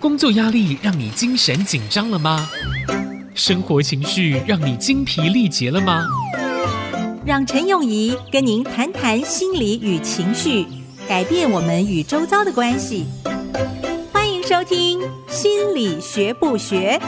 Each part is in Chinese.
工作压力让你精神紧张了吗？生活情绪让你精疲力竭了吗？ 让陈永仪跟您谈谈心理与情绪，改变我们与周遭的关系。欢迎收听《心理学不学》。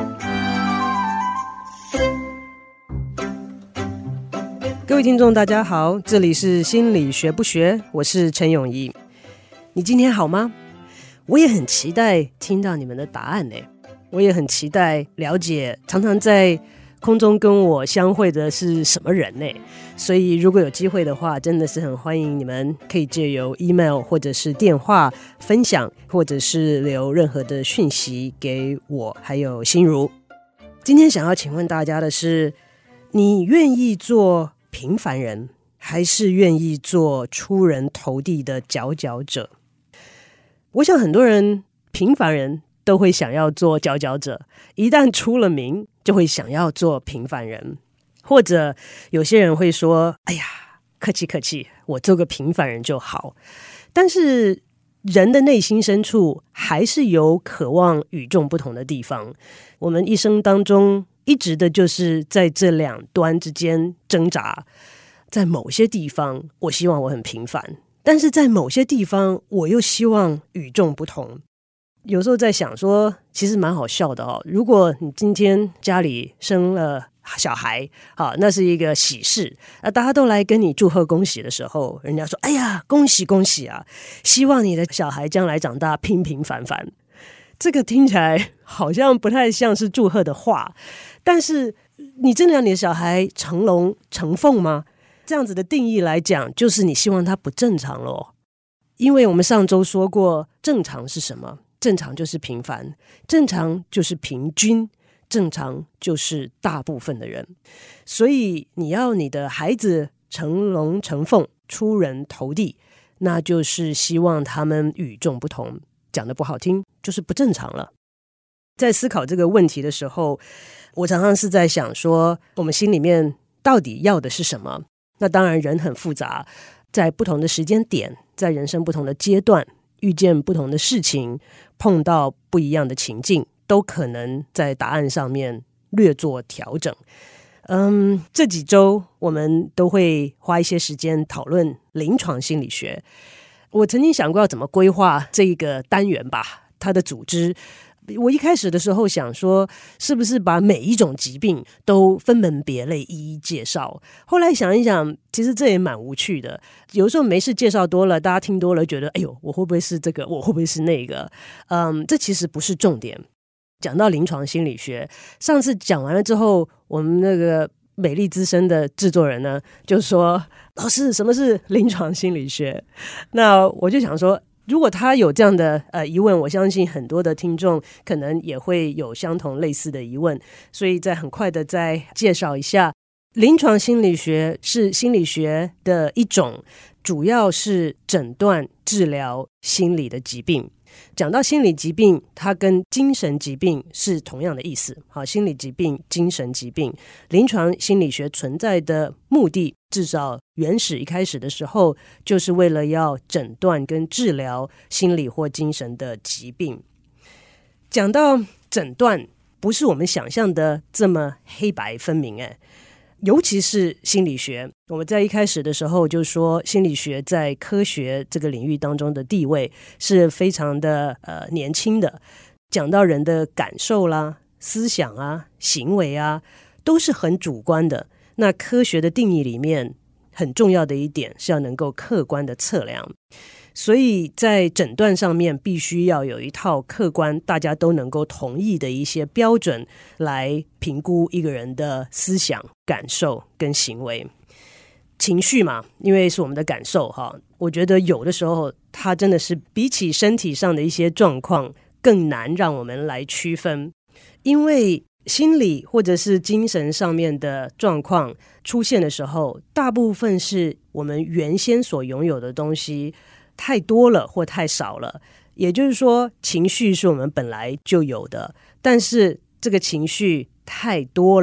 各位听众大家好，这里是心理学不学，我是陈永仪。你今天好吗？我也很期待听到你们的答案呢，我也很期待了解常常在空中跟我相会的是什么人呢？所以如果有机会的话，真的是很欢迎你们可以借由 email 或者是电话分享，或者是留任何的讯息给我还有心如。今天想要请问大家的是，你愿意做平凡人，还是愿意做出人头地的佼佼者？我想很多人平凡人都会想要做佼佼者，一旦出了名就会想要做平凡人。或者有些人会说，哎呀，客气客气，我做个平凡人就好。但是人的内心深处还是有渴望与众不同的地方，我们一生当中一直的就是在这两端之间挣扎。在某些地方我希望我很平凡，但是在某些地方我又希望与众不同。有时候在想说，其实蛮好笑的哦。如果你今天家里生了小孩，那是一个喜事，大家都来跟你祝贺恭喜的时候，人家说，哎呀，恭喜恭喜啊，希望你的小孩将来长大平平凡凡。这个听起来好像不太像是祝贺的话，但是你真的让你的小孩成龙成凤吗？这样子的定义来讲，就是你希望他不正常咯。因为我们上周说过，正常是什么？正常就是平凡，正常就是平均，正常就是大部分的人。所以你要你的孩子成龙成凤，出人头地，那就是希望他们与众不同。讲得不好听，就是不正常了。在思考这个问题的时候，我常常是在想说，我们心里面到底要的是什么？那当然人很复杂，在不同的时间点，在人生不同的阶段，遇见不同的事情，碰到不一样的情境，都可能在答案上面略做调整。这几周我们都会花一些时间讨论临床心理学。我曾经想过要怎么规划这个单元吧，它的组织。我一开始的时候想说，是不是把每一种疾病都分门别类一一介绍？后来想一想，其实这也蛮无趣的。有时候没事介绍多了，大家听多了觉得，哎呦，我会不会是这个？我会不会是那个？这其实不是重点。讲到临床心理学，上次讲完了之后，我们那个美丽资深的制作人呢，就说，老师，什么是临床心理学？那我就想说，如果他有这样的疑问，我相信很多的听众可能也会有相同类似的疑问，所以很快的再介绍一下，临床心理学是心理学的一种，主要是诊断治疗心理的疾病。讲到心理疾病，它跟精神疾病是同样的意思。好，心理疾病、精神疾病，临床心理学存在的目的，至少原始一开始的时候，就是为了要诊断跟治疗心理或精神的疾病。讲到诊断，不是我们想象的这么黑白分明尤其是心理学，我们在一开始的时候就说，心理学在科学这个领域当中的地位是非常的年轻的。讲到人的感受啦、思想啊、行为啊，都是很主观的。那科学的定义里面，很重要的一点是要能够客观的测量。所以在诊断上面必须要有一套客观大家都能够同意的一些标准来评估一个人的思想、感受跟行为。情绪嘛，因为是我们的感受我觉得有的时候它真的是比起身体上的一些状况更难让我们来区分。因为心理或者是精神上面的状况出现的时候，大部分是我们原先所拥有的东西太多了或太少了。也就是说，情绪是我们本来就有的，但是这个情绪太多了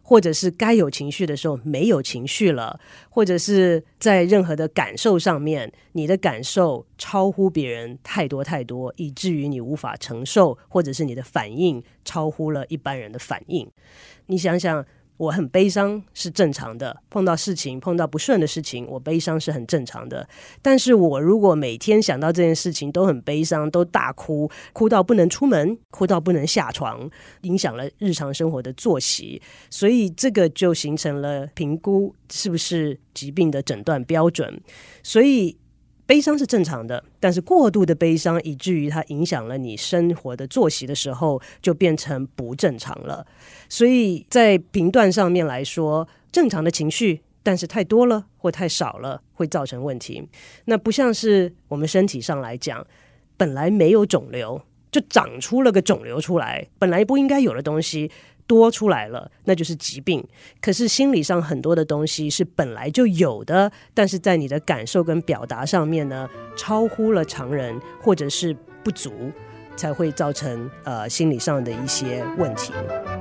或者是该有情绪的时候没有情绪了，或者是在任何的感受上面，你的感受超乎别人太多太多，以至于你无法承受，或者是你的反应超乎了一般人的反应。你想想，我很悲伤是正常的，碰到事情，碰到不顺的事情，我悲伤是很正常的。但是我如果每天想到这件事情都很悲伤，都大哭，哭到不能出门，哭到不能下床，影响了日常生活的作息，所以这个就形成了评估是不是疾病的诊断标准。所以悲伤是正常的，但是过度的悲伤以至于它影响了你生活的作息的时候，就变成不正常了。所以在评断上面来说，正常的情绪，但是太多了或太少了会造成问题。那不像是我们身体上来讲，本来没有肿瘤，就长出了个肿瘤出来，本来不应该有的东西多出来了，那就是疾病。可是心理上很多的东西是本来就有的，但是在你的感受跟表达上面呢，超乎了常人，或者是不足，才会造成心理上的一些问题。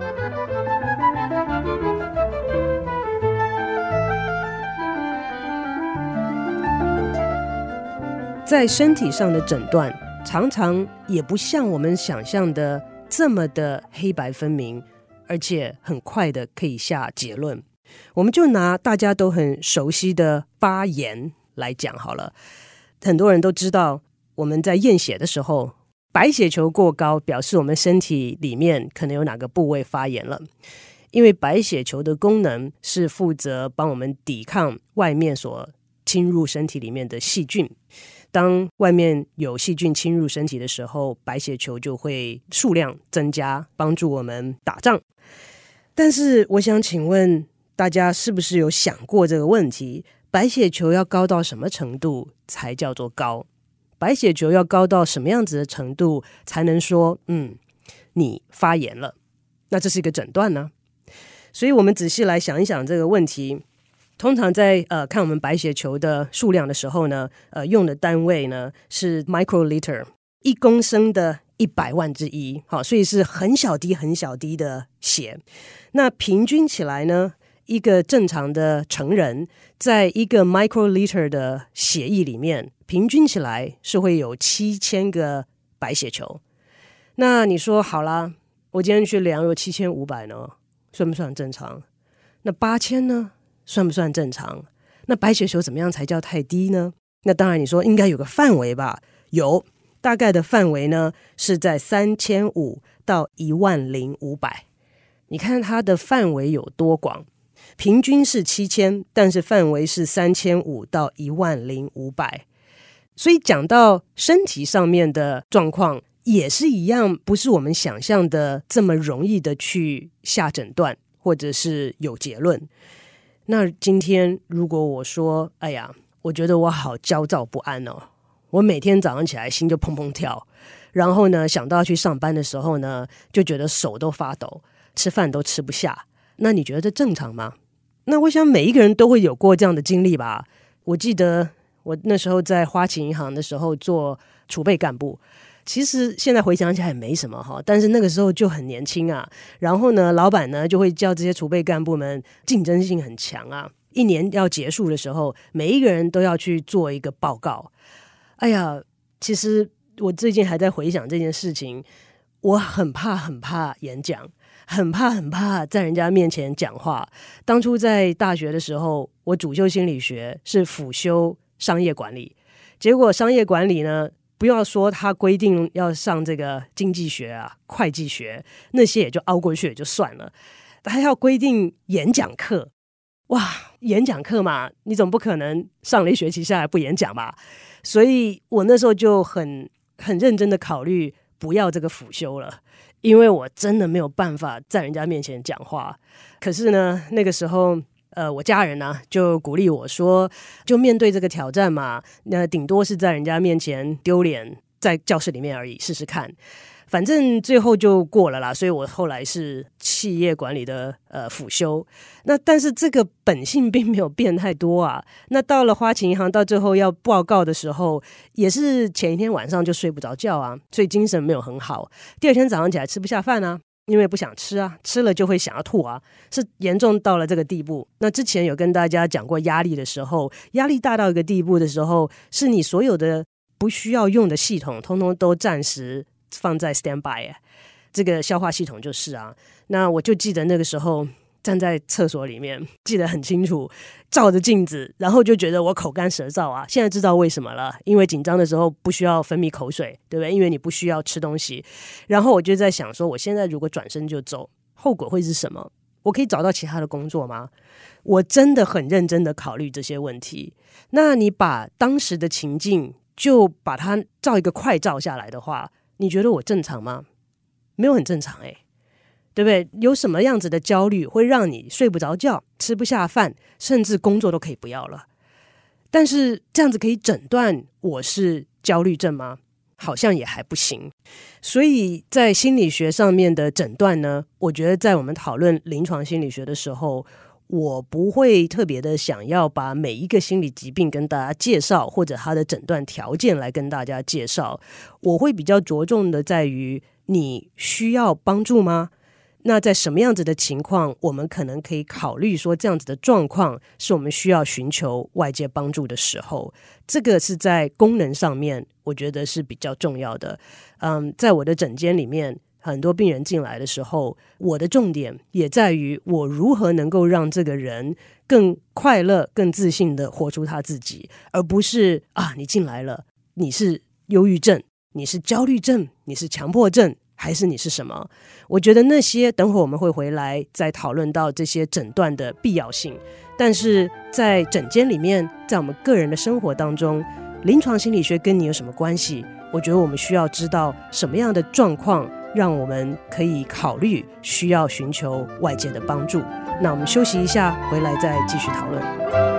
在身体上的诊断，常常也不像我们想象的这么的黑白分明，而且很快的可以下结论。我们就拿大家都很熟悉的发炎来讲好了。很多人都知道，我们在验血的时候，白血球过高表示我们身体里面可能有哪个部位发炎了。因为白血球的功能是负责帮我们抵抗外面所侵入身体里面的细菌。当外面有细菌侵入身体的时候，白血球就会数量增加，帮助我们打仗。但是我想请问大家，是不是有想过这个问题？白血球要高到什么程度才叫做高？白血球要高到什么样子的程度才能说你发炎了？那这是一个诊断呢？所以我们仔细来想一想这个问题。通常在看我们白血球的数量的时候呢，用的单位呢是 microliter， 1公升的100万之一，好，所以是很小滴很小滴的血。那平均起来呢，一个正常的成人在一个 microliter 的血液里面，平均起来是会有7000个白血球。那你说好啦，我今天去量有7500呢，算不算正常？那8000呢？算不算正常？那白血球怎么样才叫太低呢？那当然你说应该有个范围吧，有，大概的范围呢是在3500到10500。你看它的范围有多广，平均是7000，但是范围是3500到10500。所以讲到身体上面的状况也是一样，不是我们想象的这么容易的去下诊断或者是有结论。那今天如果我说，哎呀，我觉得我好焦躁不安哦，我每天早上起来心就砰砰跳，然后呢想到要去上班的时候呢，就觉得手都发抖，吃饭都吃不下，那你觉得这正常吗？那我想每一个人都会有过这样的经历吧。我记得我那时候在花旗银行的时候做储备干部，其实现在回想起来也没什么哈，但是那个时候就很年轻啊。然后呢，老板呢就会叫这些储备干部们竞争性很强啊。1年要结束的时候，每一个人都要去做一个报告。哎呀，其实我最近还在回想这件事情，我很怕演讲，很怕在人家面前讲话。当初在大学的时候，我主修心理学，是辅修商业管理，结果商业管理呢，不要说他规定要上这个经济学啊、会计学，那些也就凹过去也就算了，还要规定演讲课。哇，演讲课嘛，你总不可能上了1学期下来不演讲吧？所以我那时候就很认真的考虑不要这个辅修了，因为我真的没有办法在人家面前讲话。可是呢，那个时候我家人呢就鼓励我说，就面对这个挑战嘛，那顶多是在人家面前丢脸，在教室里面而已，试试看。反正最后就过了啦，所以我后来是企业管理的辅修。那但是这个本性并没有变太多啊。那到了花旗银行，到最后要报告的时候，也是前一天晚上就睡不着觉啊，所以精神没有很好。第二天早上起来吃不下饭啊， 因为不想吃啊，吃了就会想要吐啊，是严重到了这个地步。那之前有跟大家讲过压力的时候，压力大到一个地步的时候，是你所有的不需要用的系统通通都暂时放在 standby， 这个消化系统就是啊。那我就记得那个时候站在厕所里面，记得很清楚，照着镜子，然后就觉得我口干舌燥啊。现在知道为什么了，因为紧张的时候不需要分泌口水，对不对？因为你不需要吃东西。然后我就在想说，我现在如果转身就走，后果会是什么？我可以找到其他的工作吗？我真的很认真的考虑这些问题。那你把当时的情境就把它照一个快照下来的话，你觉得我正常吗？没有很正常对不对？有什么样子的焦虑会让你睡不着觉、吃不下饭，甚至工作都可以不要了？但是这样子可以诊断我是焦虑症吗？好像也还不行。所以在心理学上面的诊断呢，我觉得在我们讨论临床心理学的时候，我不会特别的想要把每一个心理疾病跟大家介绍，或者它的诊断条件来跟大家介绍。我会比较着重的在于你需要帮助吗？那在什么样子的情况，我们可能可以考虑说这样子的状况是我们需要寻求外界帮助的时候，这个是在功能上面我觉得是比较重要的。在我的诊间里面，很多病人进来的时候，我的重点也在于我如何能够让这个人更快乐、更自信的活出他自己，而不是你进来了，你是忧郁症，你是焦虑症，你是强迫症，还是你是什么？我觉得那些等会我们会回来再讨论到这些诊断的必要性。但是在诊间里面，在我们个人的生活当中，临床心理学跟你有什么关系？我觉得我们需要知道什么样的状况让我们可以考虑需要寻求外界的帮助。那我们休息一下，回来再继续讨论。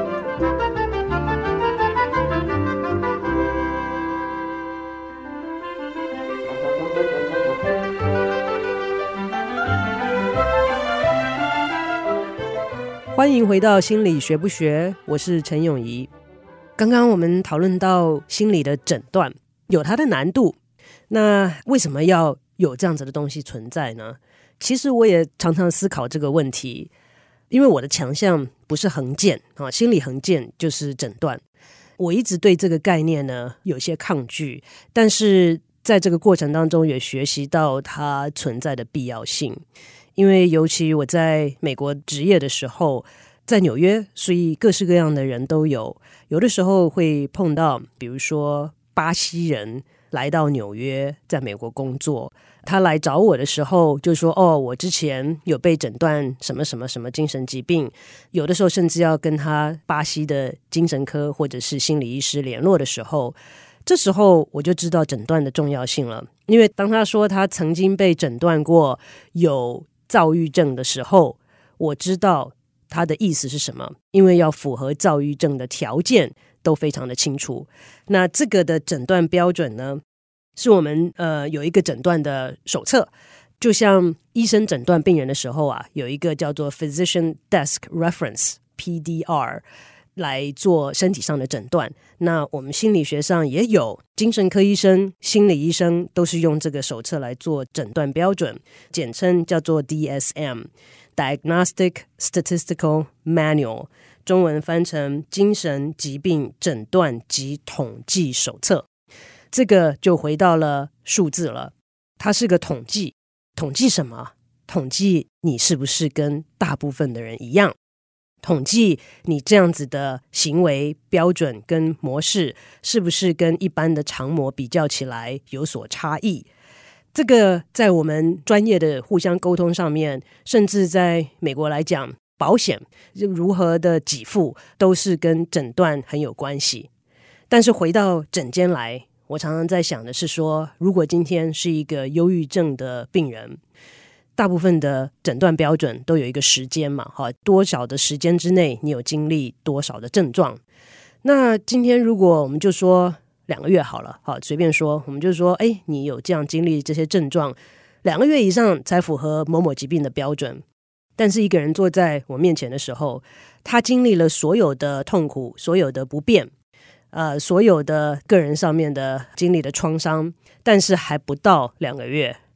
欢迎回到心理学不学，我是陈永怡。刚刚我们讨论到心理的诊断有它的难度，那为什么要有这样子的东西存在呢？其实我也常常思考这个问题，因为我的强项不是衡鉴心理衡鉴就是诊断。我一直对这个概念呢有些抗拒，但是在这个过程当中也学习到它存在的必要性。因为尤其我在美国职业的时候，在纽约，所以各式各样的人都有。有的时候会碰到，比如说巴西人来到纽约，在美国工作，他来找我的时候就说我之前有被诊断什么什么什么精神疾病，有的时候甚至要跟他巴西的精神科或者是心理医师联络的时候，这时候我就知道诊断的重要性了。因为当他说他曾经被诊断过有躁郁症的时候，我知道他的意思是什么，因为要符合躁郁症的条件都非常的清楚。那这个的诊断标准呢，是我们有一个诊断的手册，就像医生诊断病人的时候有一个叫做 Physician Desk Reference PDR 来做身体上的诊断。那我们心理学上也有，精神科医生、心理医生都是用这个手册来做诊断标准，简称叫做 DSM Diagnostic Statistical Manual， 中文翻成精神疾病诊断及统计手册。这个就回到了数字了，它是个统计。统计什么？统计你是不是跟大部分的人一样，统计你这样子的行为标准跟模式是不是跟一般的常模比较起来有所差异。这个在我们专业的互相沟通上面，甚至在美国来讲，保险如何的给付都是跟诊断很有关系。但是回到诊间来，我常常在想的是说，如果今天是一个忧郁症的病人，大部分的诊断标准都有一个时间嘛，多少的时间之内你有经历多少的症状。那今天如果我们就说2个月好了，随便说，我们就说你有这样经历这些症状2个月以上才符合某某疾病的标准。但是一个人坐在我面前的时候，他经历了所有的痛苦，所有的不便，所有的个人上面的经历的创伤，但是还不到2个月。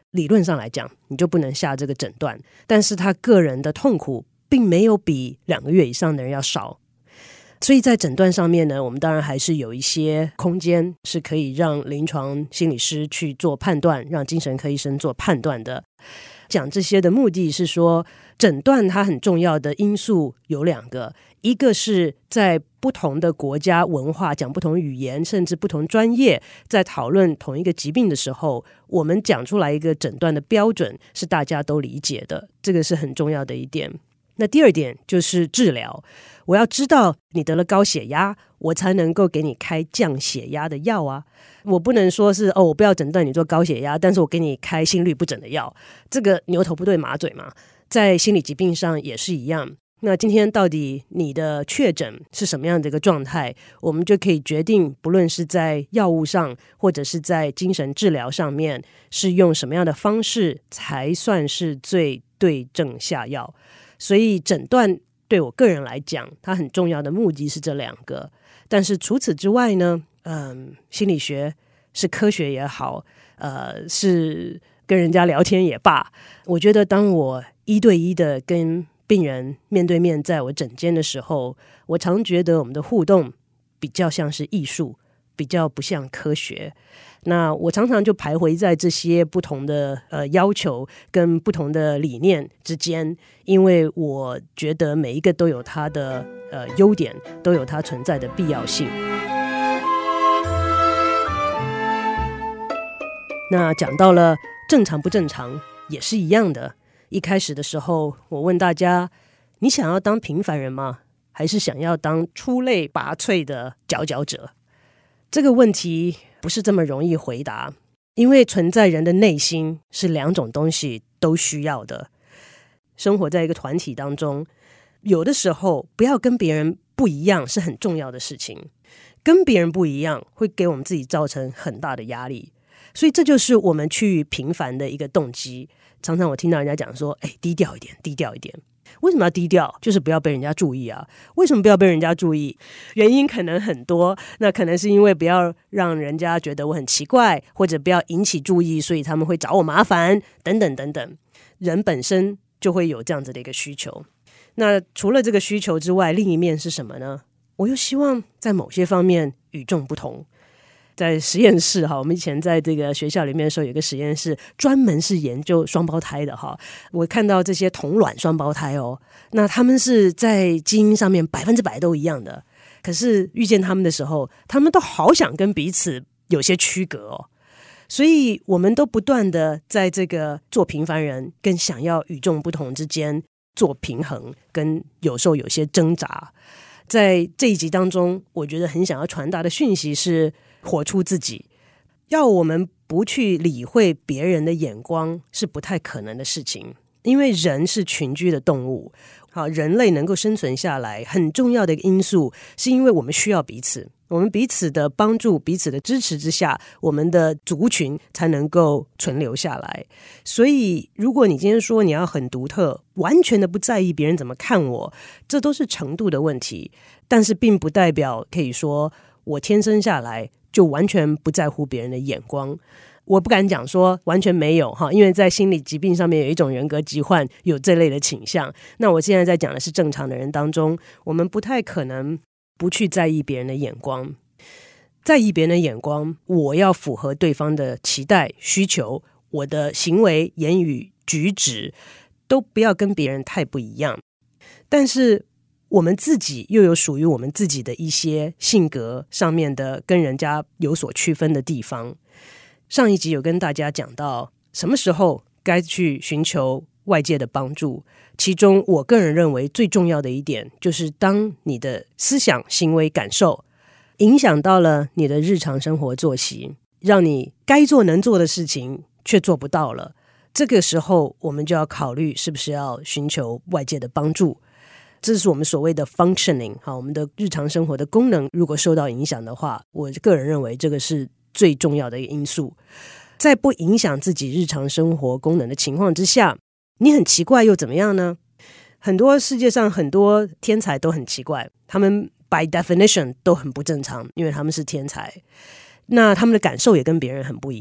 理论上来讲你就不能下这个诊断，但是他个人的痛苦并没有比2个月以上的人要少，所以在诊断上面呢，我们当然还是有一些空间是可以让临床心理师去做判断，让精神科医生做判断的。讲这些的目的是说，诊断它很重要的因素有2个，一个是在不同的国家文化讲不同语言，甚至不同专业在讨论同一个疾病的时候，我们讲出来一个诊断的标准是大家都理解的，这个是很重要的一点。那第2点就是治疗，我要知道你得了高血压，我才能够给你开降血压的药啊。我不能说是我不要诊断你做高血压，但是我给你开心律不整的药，这个牛头不对马嘴嘛。在心理疾病上也是一样，那今天到底你的确诊是什么样的一个状态，我们就可以决定不论是在药物上或者是在精神治疗上面是用什么样的方式才算是最对症下药。所以诊断对我个人来讲它很重要的目的是这2个，但是除此之外呢，心理学是科学也好，是跟人家聊天也罢，我觉得当我1对1的跟病人面对面在我诊间的时候，我常觉得我们的互动比较像是艺术，比较不像科学。那我常常就徘徊在这些不同的要求跟不同的理念之间，因为我觉得每一个都有它的优点，都有它存在的必要性。那讲到了正常不正常也是一样的，一开始的时候我问大家，你想要当平凡人吗？还是想要当出类拔萃的佼佼者？这个问题不是这么容易回答，因为存在人的内心是2种东西都需要的。生活在一个团体当中，有的时候不要跟别人不一样是很重要的事情，跟别人不一样会给我们自己造成很大的压力，所以这就是我们趋于平凡的一个动机。常常我听到人家讲说，低调一点，低调一点。为什么要低调？就是不要被人家注意啊。为什么不要被人家注意？原因可能很多，那可能是因为不要让人家觉得我很奇怪，或者不要引起注意，所以他们会找我麻烦等等等等。人本身就会有这样子的一个需求。那除了这个需求之外，另一面是什么呢？我又希望在某些方面与众不同。在实验室我们以前在这个学校里面的时候，有一个实验室专门是研究双胞胎的我看到这些同卵双胞胎那他们是在基因上面100%都一样的，可是遇见他们的时候，他们都好想跟彼此有些区隔所以我们都不断的在这个做平凡人跟想要与众不同之间做平衡，跟有时候有些挣扎。在这一集当中，我觉得很想要传达的讯息是活出自己，要我们不去理会别人的眼光是不太可能的事情，因为人是群居的动物。人类能够生存下来很重要的一个因素是因为我们需要彼此，我们彼此的帮助，彼此的支持之下，我们的族群才能够存留下来。所以如果你今天说你要很独特，完全的不在意别人怎么看我，这都是程度的问题，但是并不代表可以说我天生下来就完全不在乎别人的眼光。我不敢讲说完全没有因为在心理疾病上面有一种人格疾患有这类的倾向。那我现在在讲的是正常的人当中，我们不太可能不去在意别人的眼光。在意别人的眼光，我要符合对方的期待需求，我的行为言语举止都不要跟别人太不一样。但是我们自己又有属于我们自己的一些性格上面的跟人家有所区分的地方。上一集有跟大家讲到什么时候该去寻求外界的帮助，其中我个人认为最重要的一点就是当你的思想行为感受影响到了你的日常生活作息，让你该做能做的事情却做不到了，这个时候我们就要考虑是不是要寻求外界的帮助。这是我们所谓的 functioning 我们的日常生活的功能如果受到影响的话，我个人认为这个是最重要的一个因素。在不影响自己日常生活功能的情况之下，你很奇怪又怎么样呢？很多世界上很多天才都很奇怪，他们 by definition 都很不正常，因为他们是天才，那他们的感受也跟别人很不一样。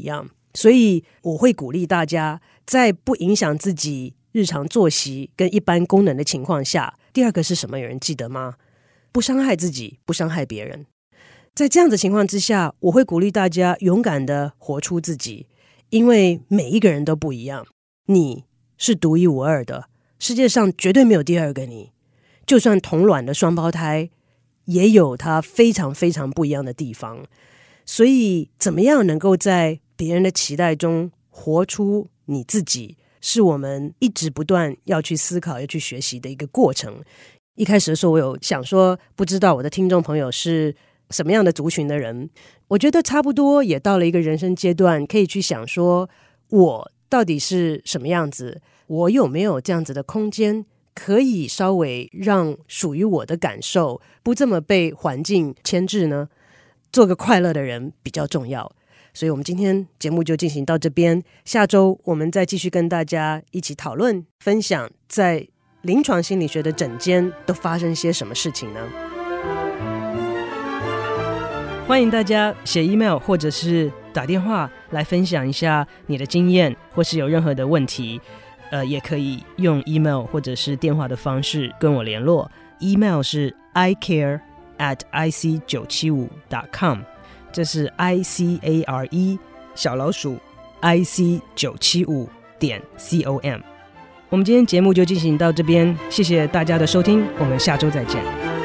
所以我会鼓励大家在不影响自己日常作息跟一般功能的情况下，第二个是什么？有人记得吗？不伤害自己，不伤害别人。在这样的情况之下，我会鼓励大家勇敢的活出自己，因为每一个人都不一样，你是独一无二的，世界上绝对没有第二个你。就算同卵的双胞胎，也有它非常非常不一样的地方。所以怎么样能够在别人的期待中活出你自己，是我们一直不断要去思考要去学习的一个过程。一开始的时候我有想说，不知道我的听众朋友是什么样的族群的人，我觉得差不多也到了一个人生阶段，可以去想说我到底是什么样子，我有没有这样子的空间可以稍微让属于我的感受不这么被环境牵制呢？做个快乐的人比较重要。所以我们今天节目就进行到这边，下周我们再继续跟大家一起讨论分享在临床心理学的诊间都发生些什么事情呢？欢迎大家写 email 或者是打电话来分享一下你的经验，或是有任何的问题也可以用 email 或者是电话的方式跟我联络。 email 是 icare@ic975.com， 这是 ICARE IC975.com。 我们今天节目就进行到这边，谢谢大家的收听，我们下周再见。